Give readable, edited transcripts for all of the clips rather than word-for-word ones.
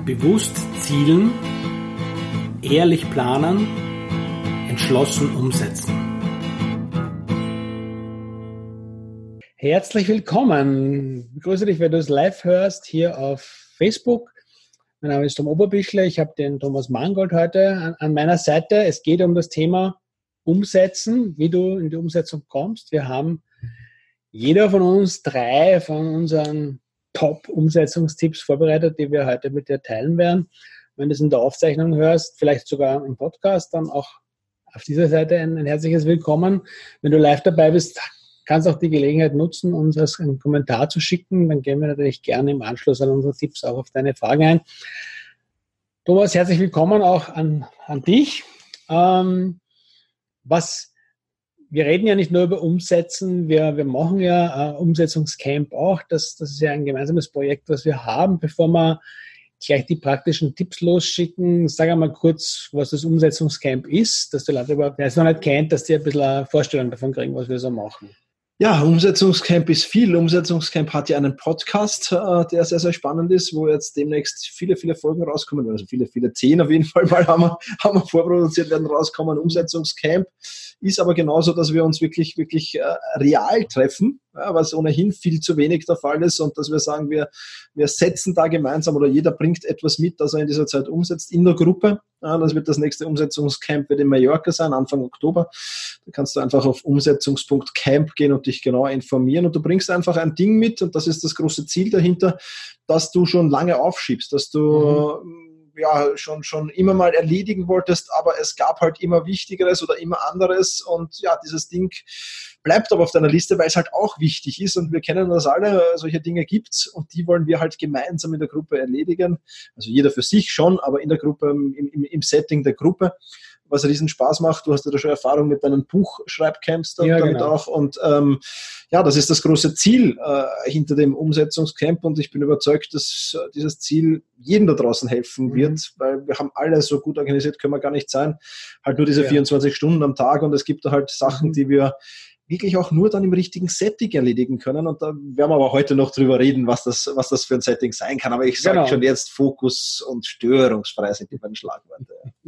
Bewusst zielen, ehrlich planen, entschlossen umsetzen. Herzlich willkommen. Ich begrüße dich, wenn du es live hörst, hier auf Facebook. Mein Name ist Tom Oberbichler. Ich habe den Thomas Mangold heute an meiner Seite. Es geht um das Thema Umsetzen, wie du in die Umsetzung kommst. Wir haben jeder von uns 3 von unseren Top-Umsetzungstipps vorbereitet, die wir heute mit dir teilen werden. Wenn du es in der Aufzeichnung hörst, vielleicht sogar im Podcast, dann auch auf dieser Seite ein herzliches Willkommen. Wenn du live dabei bist, kannst du auch die Gelegenheit nutzen, uns einen Kommentar zu schicken. Dann gehen wir natürlich gerne im Anschluss an unsere Tipps auch auf deine Fragen ein. Thomas, herzlich willkommen auch an dich. Wir reden ja nicht nur über Umsetzen, wir machen ja Umsetzungscamp auch. Das ist ja ein gemeinsames Projekt, was wir haben. Bevor wir gleich die praktischen Tipps losschicken, sag einmal kurz, was das Umsetzungscamp ist, dass die Leute überhaupt, wer es noch nicht kennt, dass die ein bisschen eine Vorstellung davon kriegen, was wir so machen. Ja, Umsetzungscamp ist viel. Umsetzungscamp hat ja einen Podcast, der sehr, sehr spannend ist, wo jetzt demnächst viele Folgen rauskommen. Also viele 10 auf jeden Fall mal haben wir vorproduziert, werden rauskommen. Umsetzungscamp ist aber genauso, dass wir uns wirklich real treffen, was ohnehin viel zu wenig der Fall ist, und dass wir sagen, wir setzen da gemeinsam oder jeder bringt etwas mit, das er in dieser Zeit umsetzt in der Gruppe. Das wird das nächste Umsetzungscamp wird in Mallorca sein, Anfang Oktober. Da kannst du einfach auf umsetzungs.camp gehen und dich genauer informieren, und du bringst einfach ein Ding mit, und das ist das große Ziel dahinter, dass du schon lange aufschiebst, dass du schon immer mal erledigen wolltest, aber es gab halt immer Wichtigeres oder immer anderes, und ja, dieses Ding bleibt aber auf deiner Liste, weil es halt auch wichtig ist, und wir kennen das alle, solche Dinge gibt's, und die wollen wir halt gemeinsam in der Gruppe erledigen, also jeder für sich schon, aber in der Gruppe, im Setting der Gruppe, was riesen Spaß macht. Du hast ja da schon Erfahrung mit deinen Buchschreibcamps damit genau. Auch, und das ist das große Ziel hinter dem Umsetzungscamp, und ich bin überzeugt, dass dieses Ziel jedem da draußen helfen wird, weil wir haben alle so gut organisiert, können wir gar nicht sein, halt nur diese 24 Stunden am Tag, und es gibt da halt Sachen, die wir wirklich auch nur dann im richtigen Setting erledigen können, und da werden wir aber heute noch drüber reden, was das für ein Setting sein kann, aber ich sage schon jetzt, Fokus und störungsfrei sind die beiden Schlagworte.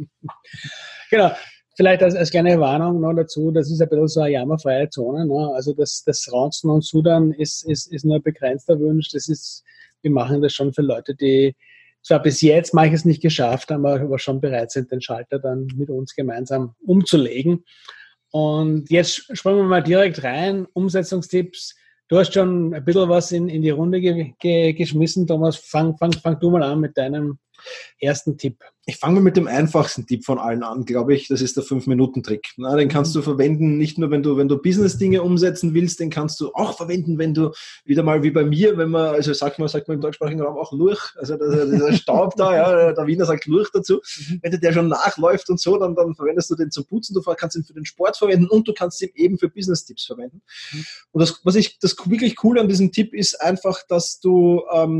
Genau, vielleicht als kleine Warnung noch dazu, das ist ein bisschen so eine jammerfreie Zone, ne? Also das Raunzen und Sudern ist nur ein begrenzter Wunsch, wir machen das schon für Leute, die zwar bis jetzt manches nicht geschafft haben, aber schon bereit sind, den Schalter dann mit uns gemeinsam umzulegen. Und jetzt springen wir mal direkt rein. Umsetzungstipps. Du hast schon ein bisschen was in die Runde geschmissen. Thomas, fang du mal an mit deinem ersten Tipp. Ich fange mal mit dem einfachsten Tipp von allen an, glaube ich. Das ist der 5-Minuten-Trick. Den kannst du verwenden, nicht nur, wenn du Business-Dinge umsetzen willst, den kannst du auch verwenden, wenn du wieder mal wie bei mir, wenn man, also sagt man im deutschsprachigen Raum auch Lurch, also dieser Staub da, ja, der Wiener sagt Lurch dazu. Wenn der schon nachläuft und so, dann verwendest du den zum Putzen, du kannst ihn für den Sport verwenden, und du kannst ihn eben für Business-Tipps verwenden. Und das wirklich cool an diesem Tipp ist einfach, dass du,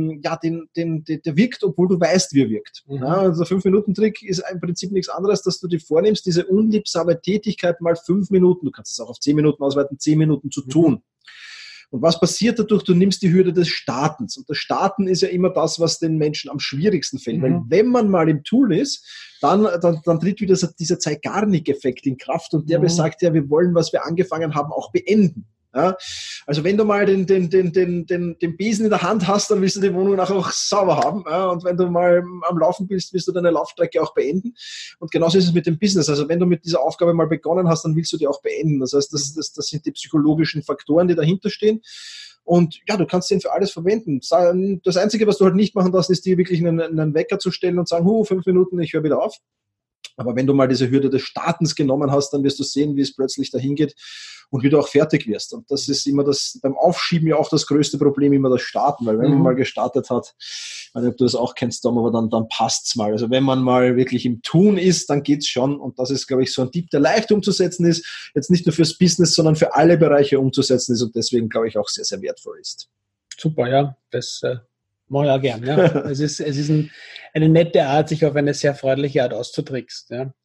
der wirkt, obwohl du weißt, wie er wirkt. Ja, also der 5-Minuten-Trick ist im Prinzip nichts anderes, dass du dir vornimmst, diese unliebsame Tätigkeit mal 5 Minuten, du kannst es auch auf 10 Minuten ausweiten, 10 Minuten zu tun. Und was passiert dadurch? Du nimmst die Hürde des Startens. Und das Starten ist ja immer das, was den Menschen am schwierigsten fällt. Weil wenn man mal im Tool ist, dann tritt wieder dieser Zeigarnik-Effekt in Kraft, und der besagt ja, wir wollen, was wir angefangen haben, auch beenden. Ja, also wenn du mal den Besen in der Hand hast, dann willst du die Wohnung nachher auch sauber haben. Ja, und wenn du mal am Laufen bist, willst du deine Laufstrecke auch beenden. Und genauso ist es mit dem Business. Also wenn du mit dieser Aufgabe mal begonnen hast, dann willst du die auch beenden. Das heißt, das sind die psychologischen Faktoren, die dahinter stehen. Und ja, du kannst den für alles verwenden. Das Einzige, was du halt nicht machen darfst, ist dir wirklich einen Wecker zu stellen und sagen, 5 Minuten, ich höre wieder auf. Aber wenn du mal diese Hürde des Startens genommen hast, dann wirst du sehen, wie es plötzlich dahin geht und wie du auch fertig wirst. Und das ist immer beim Aufschieben ja auch das größte Problem, immer das Starten. Weil wenn man mal gestartet hat, ich weiß nicht, ob du das auch kennst, Tom, aber dann passt's mal. Also wenn man mal wirklich im Tun ist, dann geht's schon. Und das ist, glaube ich, so ein Tipp, der leicht umzusetzen ist. Jetzt nicht nur fürs Business, sondern für alle Bereiche umzusetzen ist, und deswegen, glaube ich, auch sehr, sehr wertvoll ist. Super, ja. Das mache ich auch gern. Ja. Es ist eine nette Art, sich auf eine sehr freundliche Art auszutricksen. Ja.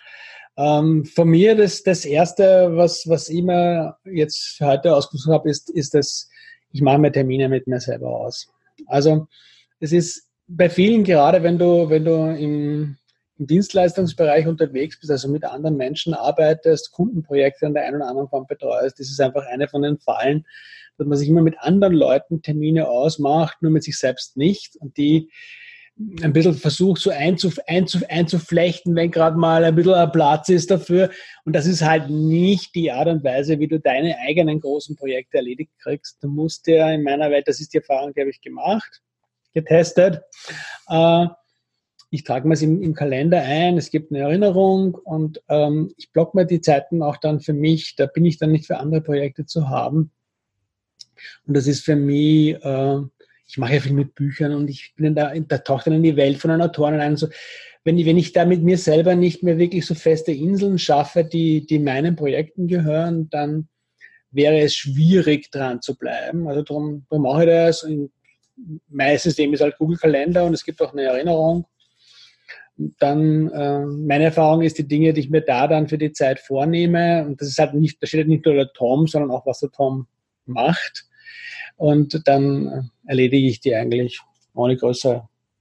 Von mir das Erste, was ich mir jetzt für heute ausgesucht habe, ist, dass ich mache mir Termine mit mir selber aus. Also es ist bei vielen, gerade wenn du im Dienstleistungsbereich unterwegs bist, also mit anderen Menschen arbeitest, Kundenprojekte in der einen oder anderen Form betreust, das ist einfach eine von den Fallen, dass man sich immer mit anderen Leuten Termine ausmacht, nur mit sich selbst nicht, und die ein bisschen versucht so einzuflechten, wenn gerade mal ein bisschen ein Platz ist dafür. Und das ist halt nicht die Art und Weise, wie du deine eigenen großen Projekte erledigt kriegst. Du musst dir in meiner Welt, das ist die Erfahrung, die habe ich gemacht, getestet. Ich trage mir es im Kalender ein, es gibt eine Erinnerung, und ich blocke mir die Zeiten auch dann für mich. Da bin ich dann nicht für andere Projekte zu haben. Und das ist für mich, ich mache ja viel mit Büchern, und ich bin da tauche dann in die Welt von den Autoren ein. So, wenn ich da mit mir selber nicht mehr wirklich so feste Inseln schaffe, die meinen Projekten gehören, dann wäre es schwierig, dran zu bleiben. Also darum mache ich das. Mein System ist halt Google Kalender, und es gibt auch eine Erinnerung. Und dann, meine Erfahrung ist, die Dinge, die ich mir da dann für die Zeit vornehme, und das ist halt nicht, da steht nicht nur der Tom, sondern auch, was der Tom macht. Und dann erledige ich die eigentlich ohne großes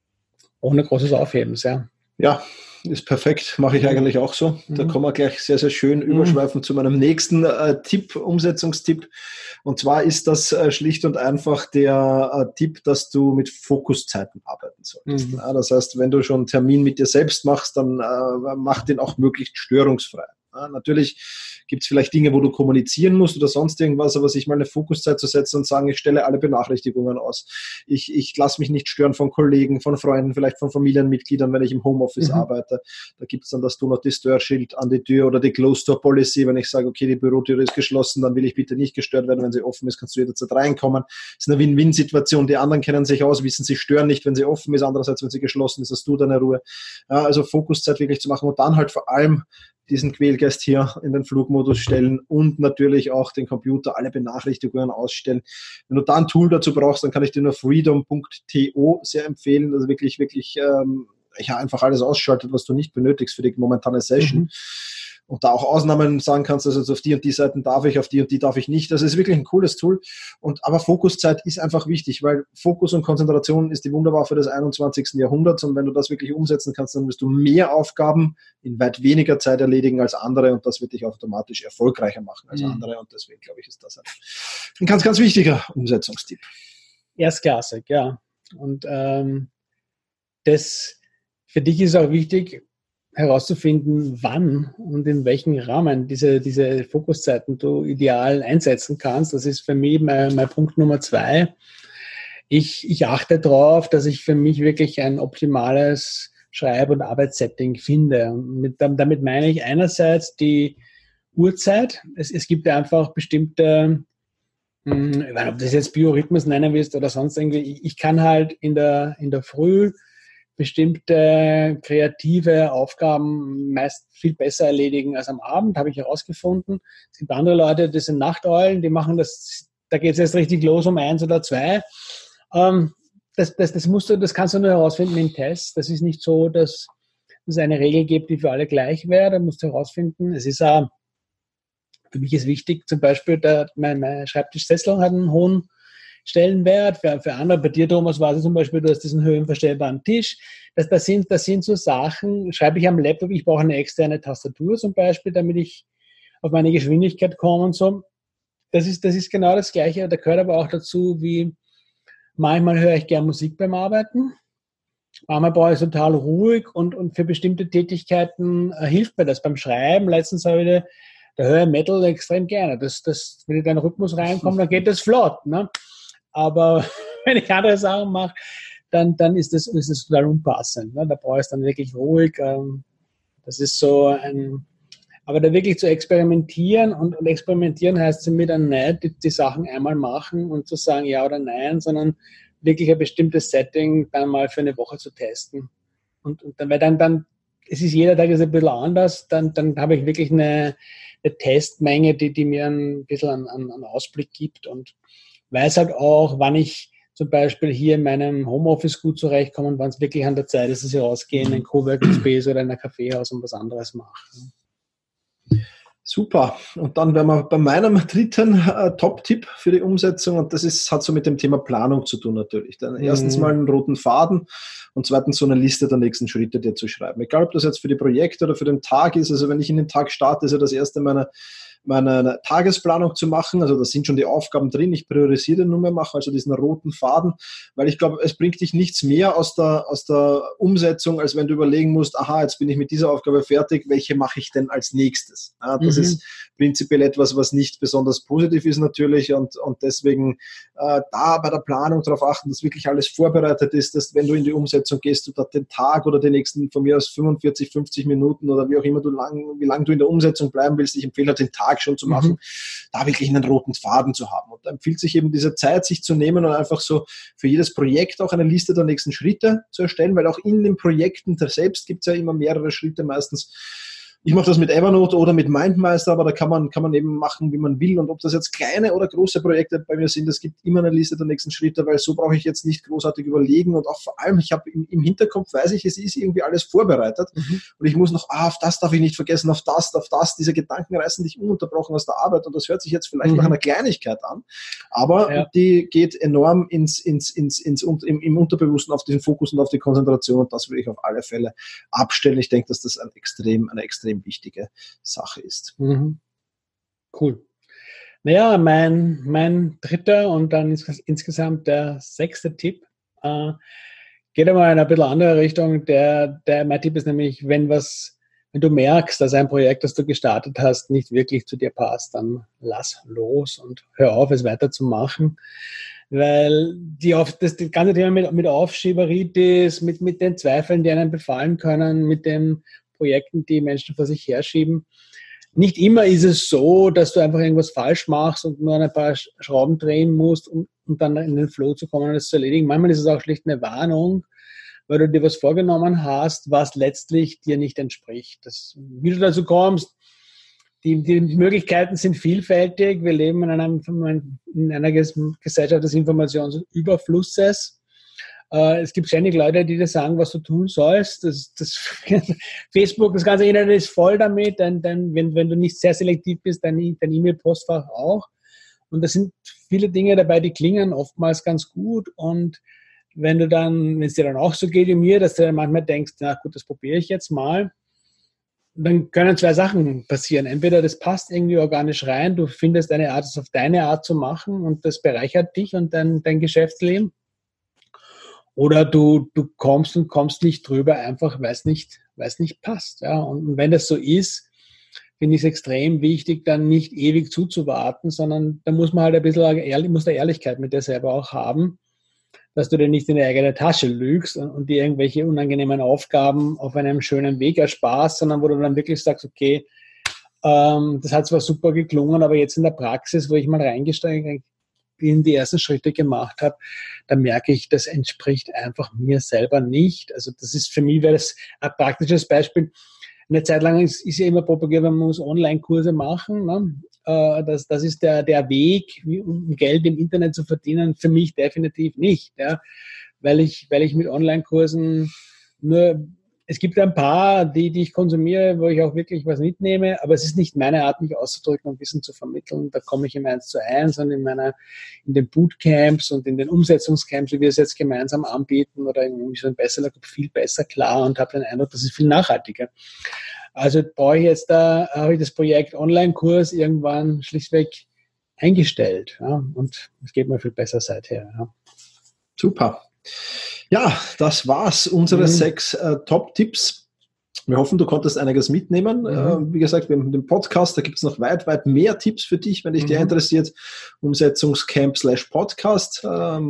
Aufhebens, ja. Ja, ist perfekt, mache ich eigentlich auch so. Da kommen wir gleich sehr, sehr schön überschweifen zu meinem nächsten Umsetzungstipp. Und zwar ist das schlicht und einfach der Tipp, dass du mit Fokuszeiten arbeiten solltest. Ja, das heißt, wenn du schon einen Termin mit dir selbst machst, dann mach den auch möglichst störungsfrei. Ja, natürlich gibt es vielleicht Dinge, wo du kommunizieren musst oder sonst irgendwas, aber sich mal eine Fokuszeit zu setzen und sagen, ich stelle alle Benachrichtigungen aus. Ich lasse mich nicht stören von Kollegen, von Freunden, vielleicht von Familienmitgliedern, wenn ich im Homeoffice arbeite. Da gibt es dann das Do Not Disturb-Schild an die Tür oder die Closed-Door-Policy. Wenn ich sage, okay, die Bürotür ist geschlossen, dann will ich bitte nicht gestört werden. Wenn sie offen ist, kannst du jederzeit reinkommen. Das ist eine Win-Win-Situation. Die anderen kennen sich aus, wissen, sie stören nicht, wenn sie offen ist. Andererseits, wenn sie geschlossen ist, hast du deine Ruhe. Ja, also Fokuszeit wirklich zu machen und dann halt vor allem diesen Quälgeist hier in den Flugmodus stellen und natürlich auch den Computer alle Benachrichtigungen ausstellen. Wenn du da ein Tool dazu brauchst, dann kann ich dir nur freedom.to sehr empfehlen. Also wirklich, einfach alles ausschaltet, was du nicht benötigst für die momentane Session. Und da auch Ausnahmen sagen kannst, also auf die und die Seiten darf ich, auf die und die darf ich nicht. Das ist wirklich ein cooles Tool. Aber Fokuszeit ist einfach wichtig, weil Fokus und Konzentration ist die Wunderwaffe des 21. Jahrhunderts. Und wenn du das wirklich umsetzen kannst, dann wirst du mehr Aufgaben in weit weniger Zeit erledigen als andere. Und das wird dich automatisch erfolgreicher machen als andere. Und deswegen, glaube ich, ist das ein ganz, ganz wichtiger Umsetzungstipp. Erstklassig, ja. Und das für dich ist auch wichtig, herauszufinden, wann und in welchem Rahmen diese Fokuszeiten du ideal einsetzen kannst. Das ist für mich mein Punkt Nummer 2. Ich achte darauf, dass ich für mich wirklich ein optimales Schreib- und Arbeitssetting finde. Und damit meine ich einerseits die Uhrzeit. Es gibt einfach bestimmte, ich weiß nicht, ob du das jetzt Biorhythmus nennen willst oder sonst irgendwie, ich kann halt in der Früh bestimmte kreative Aufgaben meist viel besser erledigen als am Abend, habe ich herausgefunden. Es gibt andere Leute, das sind Nachteulen, die machen das, da geht es erst richtig los um 1 oder 2. Das kannst du nur herausfinden im Test. Das ist nicht so, dass es eine Regel gibt, die für alle gleich wäre. Da musst du herausfinden. Es ist auch, für mich ist wichtig, zum Beispiel, mein Schreibtischsessel hat einen hohen Stellenwert. Für andere, bei dir, Thomas, war es zum Beispiel, du hast diesen höhenverstellbaren Tisch. Das sind so Sachen, schreibe ich am Laptop, ich brauche eine externe Tastatur zum Beispiel, damit ich auf meine Geschwindigkeit komme und so. Das ist genau das Gleiche. Da gehört aber auch dazu, wie manchmal höre ich gerne Musik beim Arbeiten. Manchmal brauche ich total ruhig und für bestimmte Tätigkeiten hilft mir das beim Schreiben. Letztens habe ich da höre ich Metal extrem gerne. Wenn ich da in den Rhythmus reinkomme, dann geht das flott, ne? Aber wenn ich andere Sachen mache, dann ist das total unpassend. Ne? Da brauche ich es dann wirklich ruhig. Das ist so aber da wirklich zu experimentieren und experimentieren heißt für mich dann nicht, die Sachen einmal machen und zu sagen ja oder nein, sondern wirklich ein bestimmtes Setting dann mal für eine Woche zu testen. Und dann, weil dann, es ist jeder Tag ist ein bisschen anders, dann habe ich wirklich eine Testmenge, die mir ein bisschen an Ausblick gibt und weiß halt auch, wann ich zum Beispiel hier in meinem Homeoffice gut zurechtkomme und wann es wirklich an der Zeit ist, dass ich rausgehe in einen Coworking Space oder in ein Kaffeehaus und was anderes mache. Super. Und dann wären wir bei meinem dritten Top-Tipp für die Umsetzung, und hat so mit dem Thema Planung zu tun natürlich. Dann erstens mal einen roten Faden und zweitens so eine Liste der nächsten Schritte dir zu schreiben. Egal, ob das jetzt für die Projekte oder für den Tag ist. Also wenn ich in den Tag starte, ist ja das erste meine Tagesplanung zu machen. Also da sind schon die Aufgaben drin. Ich priorisiere den Nummer, mache also diesen roten Faden, weil ich glaube, es bringt dich nichts mehr aus der Umsetzung, als wenn du überlegen musst, aha, jetzt bin ich mit dieser Aufgabe fertig, welche mache ich denn als nächstes? Ja, das ist prinzipiell etwas, was nicht besonders positiv ist natürlich, und deswegen da bei der Planung darauf achten, dass wirklich alles vorbereitet ist, dass wenn du in die Umsetzung gehst, du da den Tag oder die nächsten von mir aus 45, 50 Minuten oder wie auch immer wie lange du in der Umsetzung bleiben willst, ich empfehle halt den Tag schon zu machen, da wirklich einen roten Faden zu haben. Und da empfiehlt sich eben diese Zeit, sich zu nehmen und einfach so für jedes Projekt auch eine Liste der nächsten Schritte zu erstellen, weil auch in den Projekten selbst gibt es ja immer mehrere Schritte meistens. Ich mache das mit Evernote oder mit MindMeister, aber da kann man eben machen, wie man will. Und ob das jetzt kleine oder große Projekte bei mir sind, es gibt immer eine Liste der nächsten Schritte, weil so brauche ich jetzt nicht großartig überlegen. Und auch vor allem, ich habe im Hinterkopf, weiß ich, es ist irgendwie alles vorbereitet. Und ich muss noch, auf das darf ich nicht vergessen, auf das. Diese Gedanken reißen dich ununterbrochen aus der Arbeit. Und das hört sich jetzt vielleicht nach einer Kleinigkeit an, aber die geht enorm im Unterbewussten auf den Fokus und auf die Konzentration. Und das will ich auf alle Fälle abstellen. Ich denke, dass das eine extrem wichtige Sache ist. Cool. Naja, mein dritter und dann insgesamt der 6. Tipp geht aber in eine bisschen andere Richtung. Mein Tipp ist nämlich, wenn du merkst, dass ein Projekt, das du gestartet hast, nicht wirklich zu dir passt, dann lass los und hör auf, es weiterzumachen. Weil das ganze Thema mit Aufschieberitis, mit den Zweifeln, die einem befallen können, mit den Projekten, die Menschen vor sich herschieben. Nicht immer ist es so, dass du einfach irgendwas falsch machst und nur ein paar Schrauben drehen musst, um dann in den Flow zu kommen und es zu erledigen. Manchmal ist es auch schlicht eine Warnung, weil du dir was vorgenommen hast, was letztlich dir nicht entspricht. Wie du dazu kommst, die Möglichkeiten sind vielfältig. Wir leben in einer Gesellschaft des Informationsüberflusses. Es gibt ständig Leute, die dir sagen, was du tun sollst. Facebook, das ganze Internet ist voll damit, denn wenn du nicht sehr selektiv bist, dein E-Mail-Postfach auch. Und da sind viele Dinge dabei, die klingen oftmals ganz gut. Und wenn es dir dann auch so geht wie mir, dass du dann manchmal denkst, na gut, das probiere ich jetzt mal, dann können zwei Sachen passieren. Entweder das passt irgendwie organisch rein, du findest eine Art, es auf deine Art zu machen und das bereichert dich und dein Geschäftsleben. Oder du kommst nicht drüber, einfach weil es nicht passt. Ja. Und wenn das so ist, finde ich es extrem wichtig, dann nicht ewig zuzuwarten, sondern da muss man halt ein bisschen Ehrlichkeit mit dir selber auch haben, dass du dir nicht in die eigene Tasche lügst und dir irgendwelche unangenehmen Aufgaben auf einem schönen Weg ersparst, sondern wo du dann wirklich sagst, okay, das hat zwar super geklungen, aber jetzt in der Praxis, wo ich mal reingestiegen bin, die ersten Schritte gemacht habe, da merke ich, das entspricht einfach mir selber nicht. Also das ist für mich, wäre das ein praktisches Beispiel. Eine Zeit lang ist ja immer propagiert, man muss Online-Kurse machen. Ne? Das ist der Weg, um Geld im Internet zu verdienen. Für mich definitiv nicht, ja? Weil ich mit Online-Kursen es gibt ein paar, die ich konsumiere, wo ich auch wirklich was mitnehme, aber es ist nicht meine Art, mich auszudrücken und Wissen zu vermitteln. Da komme ich im 1:1 und in den Bootcamps und in den Umsetzungscamps, wie wir es jetzt gemeinsam anbieten oder irgendwie so ein besser, viel besser klar und habe den Eindruck, das ist viel nachhaltiger. Also habe ich das Projekt Online-Kurs irgendwann schlichtweg eingestellt. Ja, und es geht mir viel besser seither. Ja. Super. Ja, das war's, unsere 6 Top-Tipps. Wir hoffen, du konntest einiges mitnehmen. Wie gesagt, wir haben den Podcast, da gibt es noch weit, weit mehr Tipps für dich, wenn dich der interessiert. Umsetzungscamp/Podcast,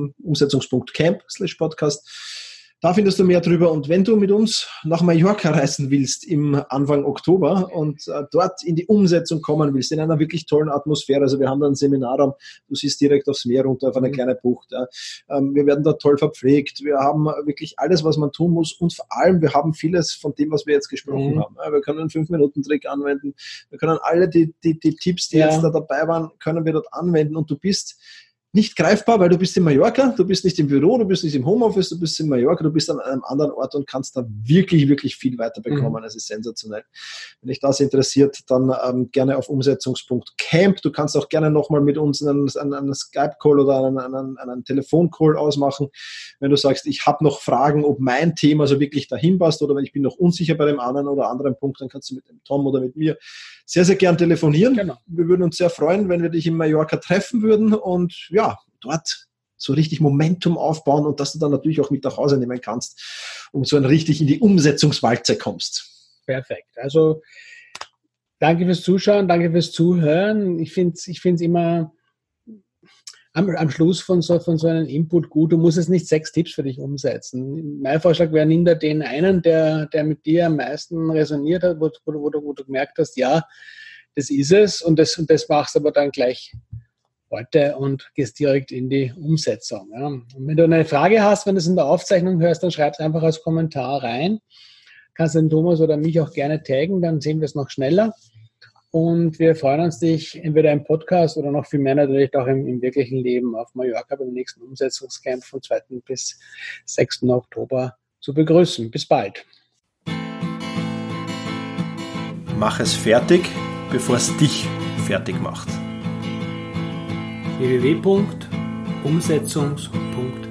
Umsetzungs.camp/Podcast. Da findest du mehr drüber. Und wenn du mit uns nach Mallorca reisen willst im Anfang Oktober und dort in die Umsetzung kommen willst, in einer wirklich tollen Atmosphäre, also wir haben da einen Seminarraum, du siehst direkt aufs Meer runter auf eine kleine Bucht. Ja. Wir werden da toll verpflegt. Wir haben wirklich alles, was man tun muss und vor allem, wir haben vieles von dem, was wir jetzt gesprochen haben. Ja, wir können einen 5-Minuten-Trick anwenden. Wir können alle die Tipps, die jetzt da dabei waren, können wir dort anwenden und du bist nicht greifbar, weil du bist in Mallorca, du bist nicht im Büro, du bist nicht im Homeoffice, du bist in Mallorca, du bist an einem anderen Ort und kannst da wirklich, wirklich viel weiterbekommen. Das ist sensationell. Wenn dich das interessiert, dann gerne auf umsetzungs.camp. Du kannst auch gerne nochmal mit uns einen Skype-Call oder einen Telefon-Call ausmachen. Wenn du sagst, ich habe noch Fragen, ob mein Thema so wirklich dahin passt oder wenn ich bin noch unsicher bei dem anderen oder anderen Punkt, dann kannst du mit dem Tom oder mit mir sehr, sehr gern telefonieren. Genau. Wir würden uns sehr freuen, wenn wir dich in Mallorca treffen würden und ja, dort so richtig Momentum aufbauen und dass du dann natürlich auch mit nach Hause nehmen kannst, um so richtig in die Umsetzungswalze kommst. Perfekt. Also danke fürs Zuschauen, danke fürs Zuhören. Ich finde es immer am Schluss von so einem Input gut. Du musst es nicht 6 Tipps für dich umsetzen. Mein Vorschlag wäre, nimm da den einen, der mit dir am meisten resoniert hat, wo du gemerkt hast, ja, das ist es und das machst du aber dann gleich heute und gehst direkt in die Umsetzung. Ja. Und wenn du eine Frage hast, wenn du es in der Aufzeichnung hörst, dann schreib es einfach als Kommentar rein. Kannst den Thomas oder mich auch gerne taggen, dann sehen wir es noch schneller. Und wir freuen uns, dich entweder im Podcast oder noch viel mehr natürlich auch im wirklichen Leben auf Mallorca beim nächsten Umsetzungscamp vom 2. bis 6. Oktober zu begrüßen. Bis bald. Mach es fertig, bevor es dich fertig macht. www.umsetzungs.camp